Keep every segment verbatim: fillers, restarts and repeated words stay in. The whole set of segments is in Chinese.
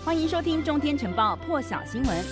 欢迎收听《中天晨报》破晓新闻。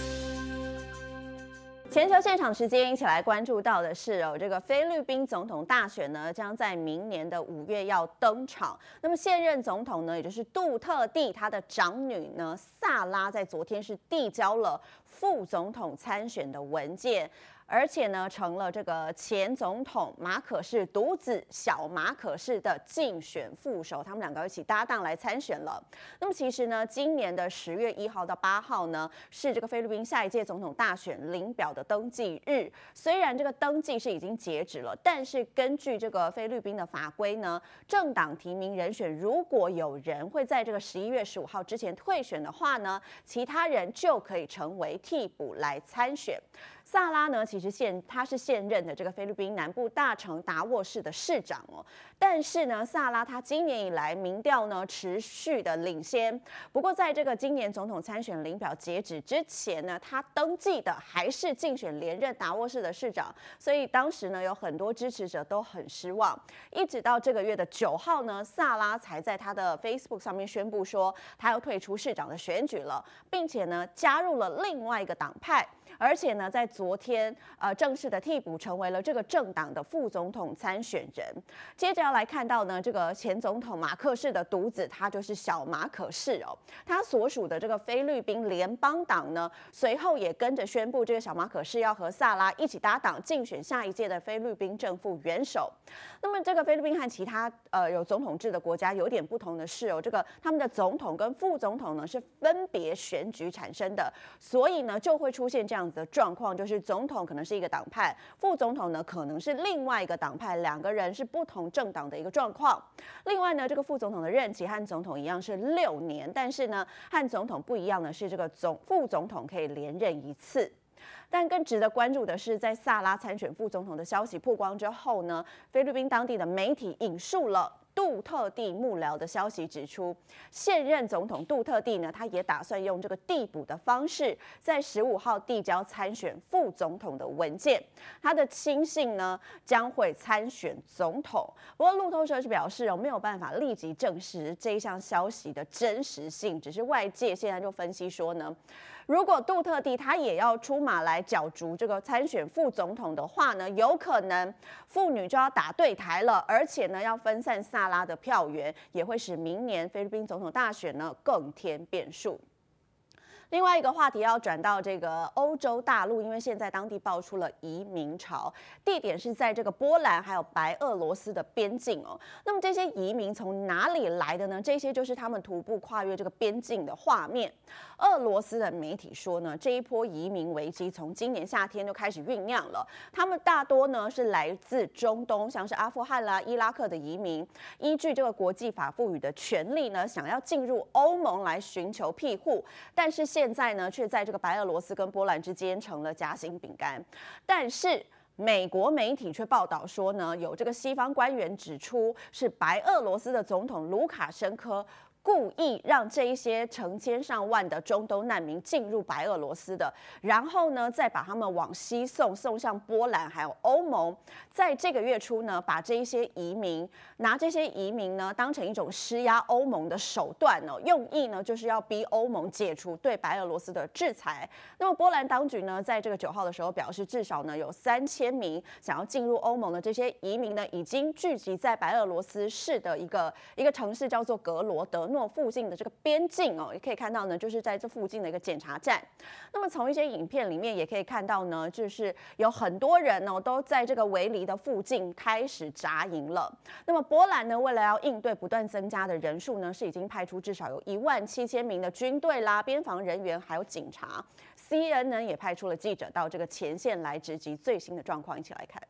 全球现场时间一起来关注到的是哦，这个菲律宾总统大选呢，将在明年的五月要登场。那么现任总统呢，也就是杜特地他的长女呢萨拉，在昨天是递交了副总统参选的文件。而且呢，成了这个前总统马可仕独子小马可仕的竞选副手，他们两个一起搭档来参选了。那么其实呢，今年的十月一号到八号呢，是这个菲律宾下一届总统大选领表的登记日。虽然这个登记是已经截止了，但是根据这个菲律宾的法规呢，政党提名人选如果有人会在这个十一月十五号之前退选的话呢，其他人就可以成为替补来参选。萨拉呢，其实现他是现任的这个菲律宾南部大城达沃市的市长哦，但是呢，萨拉他今年以来民调呢持续的领先。不过在这个今年总统参选领表截止之前呢，他登记的还是竞选连任达沃市的市长，所以当时呢有很多支持者都很失望。一直到这个月的九号呢，萨拉才在他的 Facebook 上面宣布说他要退出市长的选举了，并且呢加入了另外一个党派。而且呢，在昨天，呃，正式的替补成为了这个政党的副总统参选人。接着要来看到呢，这个前总统马可仕的独子，他就是小马可仕哦。他所属的这个菲律宾联邦党呢，随后也跟着宣布，这个小马可仕要和萨拉一起搭档竞选下一届的菲律宾正副元首。那么，这个菲律宾和其他呃有总统制的国家有点不同的是哦，这个他们的总统跟副总统呢是分别选举产生的，所以呢就会出现这样的状况，就是总统可能是一个党派，副总统呢可能是另外一个党派，两个人是不同政党的一个状况。另外呢，这个副总统的任期和总统一样是六年，但是呢，和总统不一样的是，这个总副总统可以连任一次。但更值得关注的是，在萨拉参选副总统的消息曝光之后呢，菲律宾当地的媒体引述了杜特地幕僚的消息指出，现任总统杜特地呢，他也打算用这个递补的方式，在十五号递交参选副总统的文件。他的亲信呢将会参选总统。不过路透社是表示哦，没有办法立即证实这一项消息的真实性，只是外界现在就分析说呢，如果杜特地他也要出马来角逐这个参选副总统的话呢，有可能妇女就要打对台了，而且呢要分散萨拉的票源，也会使明年菲律宾总统大选呢更添变数。另外一个话题要转到这个欧洲大陆，因为现在当地爆出了移民潮，地点是在这个波兰还有白俄罗斯的边境哦。那么这些移民从哪里来的呢？这些就是他们徒步跨越这个边境的画面。俄罗斯的媒体说呢，这一波移民危机从今年夏天就开始酝酿了。他们大多呢是来自中东，像是阿富汗啦、伊拉克的移民，依据这个国际法赋予的权利呢，想要进入欧盟来寻求庇护，但是现在呢，却在这个白俄罗斯跟波兰之间成了夹心饼干。但是美国媒体却报道说呢，有这个西方官员指出，是白俄罗斯的总统卢卡申科故意让这一些成千上万的中东难民进入白俄罗斯的，然后呢，再把他们往西送，送向波兰还有欧盟。在这个月初呢，把这一些移民拿这些移民呢当成一种施压欧盟的手段哦，用意呢就是要逼欧盟解除对白俄罗斯的制裁。那么波兰当局呢，在这个九号的时候表示，至少呢有三千名想要进入欧盟的这些移民呢，已经聚集在白俄罗斯市的一个一个城市叫做格罗德诺附近的这个边境哦，也可以看到呢，就是在这附近的一个检查站。那么从一些影片里面也可以看到呢，就是有很多人哦都在这个围篱的附近开始扎营了。那么波兰呢，为了要应对不断增加的人数呢，是已经派出至少有一万七千名的军队啦、边防人员还有警察。C N N 也派出了记者到这个前线来直击最新的状况，一起来看。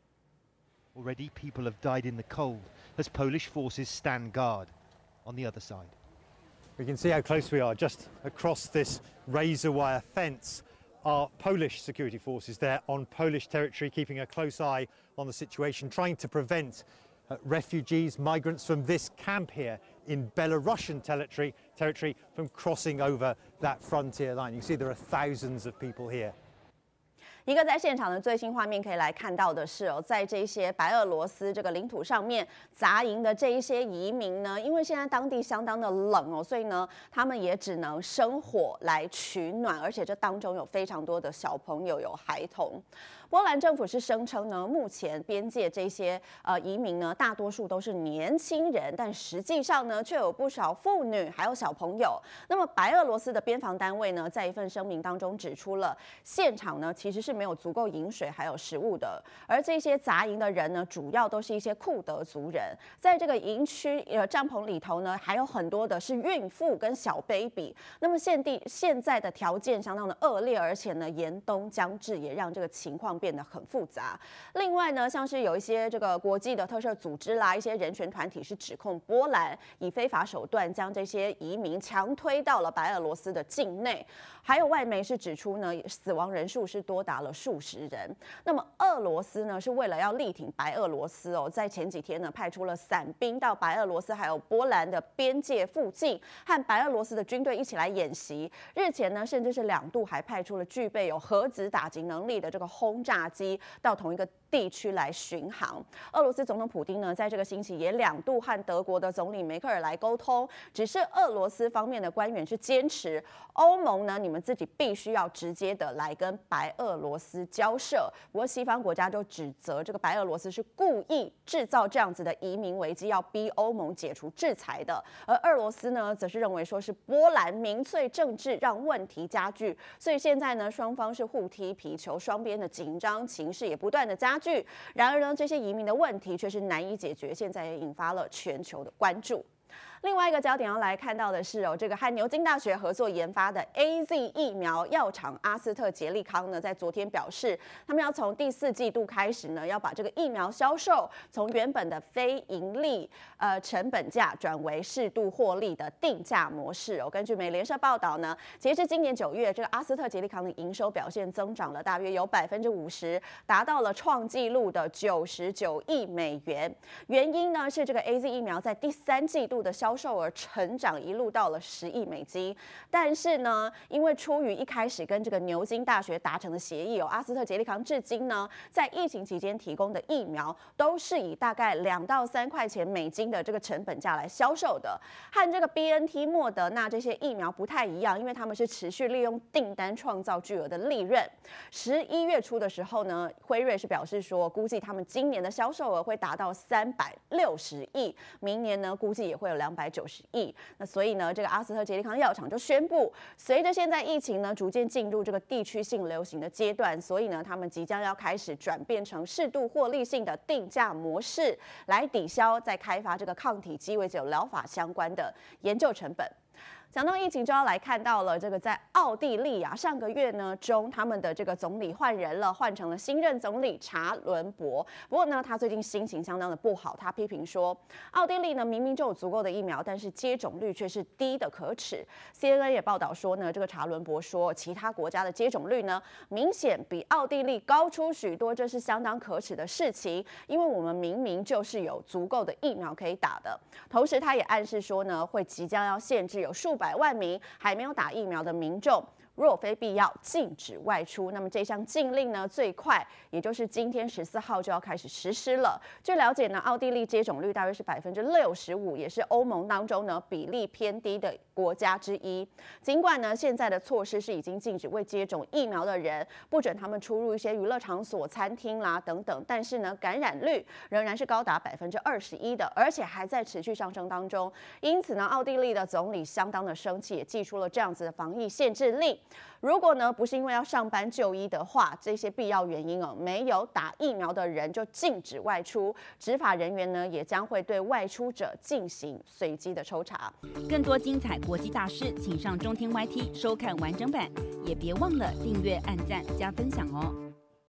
Already people have died in the cold as Polish forces stand guard on the other side. We can see how close we are. Just across this razor wire fence are Polish security forces there on Polish territory, keeping a close eye on the situation, trying to prevent uh, refugees, migrants from this camp here in Belarusian territory, territory from crossing over that frontier line. You can see there are thousands of people here. 一个在现场的最新画面可以来看到的是哦，在这些白俄罗斯这个领土上面扎营的这一些移民呢，因为现在当地相当的冷哦，所以呢，他们也只能生火来取暖，而且这当中有非常多的小朋友，有孩童。波兰政府是声称呢，目前边界这些呃移民呢，大多数都是年轻人，但实际上呢，却有不少妇女还有小朋友。那么白俄罗斯的边防单位呢，在一份声明当中指出了，现场呢其实是没有足够饮水还有食物的，而这些扎营的人呢，主要都是一些库德族人，在这个营区呃帐篷里头呢，还有很多的是孕妇跟小 baby。那么现地现在的条件相当的恶劣，而且呢严冬将至，也让这个情况变得很复杂。另外呢，像是有一些这个国际的特赦组织啦，一些人权团体是指控波兰以非法手段将这些移民强推到了白俄罗斯的境内。还有外媒是指出呢，死亡人数是多达了数十人。那么俄罗斯呢，是为了要力挺白俄罗斯哦，在前几天呢，派出了伞兵到白俄罗斯还有波兰的边界附近，和白俄罗斯的军队一起来演习。日前呢，甚至是两度还派出了具备有核子打击能力的这个轰炸机到同一个地区来巡航。俄罗斯总统普丁呢，在这个星期也两度和德国的总理梅克尔来沟通，只是俄罗斯方面的官员是坚持，欧盟呢，你们自己必须要直接的来跟白俄罗斯交涉。不过西方国家就指责这个白俄罗斯是故意制造这样子的移民危机，要逼欧盟解除制裁的。而俄罗斯呢，则是认为说是波兰民粹政治让问题加剧，所以现在呢，双方是互踢皮球，双边的紧张情势也不断的加剧。然而呢，这些移民的问题却是难以解决，现在也引发了全球的关注。另外一个焦点要来看到的是哦，这个和牛津大学合作研发的 A Z 疫苗药厂阿斯特捷利康呢，在昨天表示，他们要从第四季度开始呢，要把这个疫苗销售从原本的非盈利呃成本价转为适度获利的定价模式哦。根据美联社报道呢，截至今年九月，这个阿斯特捷利康的营收表现增长了大约有百分之五十，达到了创纪录的九十九亿美元。原因呢是这个 A Z 疫苗在第三季度的销售额成长一路到了十亿美金，但是呢，因为出于一开始跟这个牛津大学达成的协议哦，阿斯特捷利康至今呢，在疫情期间提供的疫苗都是以大概两到三块钱美金的这个成本价来销售的，和这个 B N T、莫德纳这些疫苗不太一样，因为他们是持续利用订单创造巨额的利润。十一月初的时候呢，辉瑞是表示说，估计他们今年的销售额会达到三百六十亿，明年呢估计也会有两百九十亿。那所以呢，这个阿斯特捷利康药厂就宣布，随着现在疫情呢逐渐进入这个地区性流行的阶段，所以呢，他们即将要开始转变成适度获利性的定价模式，来抵消在开发这个抗体鸡尾酒疗法相关的研究成本。讲到疫情，就要来看到了这个在奥地利啊，上个月呢中他们的这个总理换人了，换成了新任总理查伦伯。不过呢，他最近心情相当的不好，他批评说，奥地利呢明明就有足够的疫苗，但是接种率却是低的可耻。C N N 也报道说呢，这个查伦伯说，其他国家的接种率呢明显比奥地利高出许多，这是相当可耻的事情，因为我们明明就是有足够的疫苗可以打的。同时，他也暗示说呢，会即将要限制有数百万名还没有打疫苗的民众，若非必要禁止外出。那么这项禁令呢，最快也就是今天十四号就要开始实施了。据了解呢，奥地利接种率大约是百分之六十五，也是欧盟当中呢比例偏低的国家之一。尽管呢现在的措施是已经禁止未接种疫苗的人不准他们出入一些娱乐场所、餐厅啦等等，但是呢感染率仍然是高达百分之二十一的，而且还在持续上升当中。因此呢，奥地利的总理相当的生气，也祭出了这样子的防疫限制令。如果呢不是因为要上班就医的话，这些必要原因哦，没有打疫苗的人就禁止外出，执法人员呢也将会对外出者进行随机的抽查。 更多精彩国际大事，请上中天 Y T 收看完整版，也别忘了订阅、按赞、加分享哦。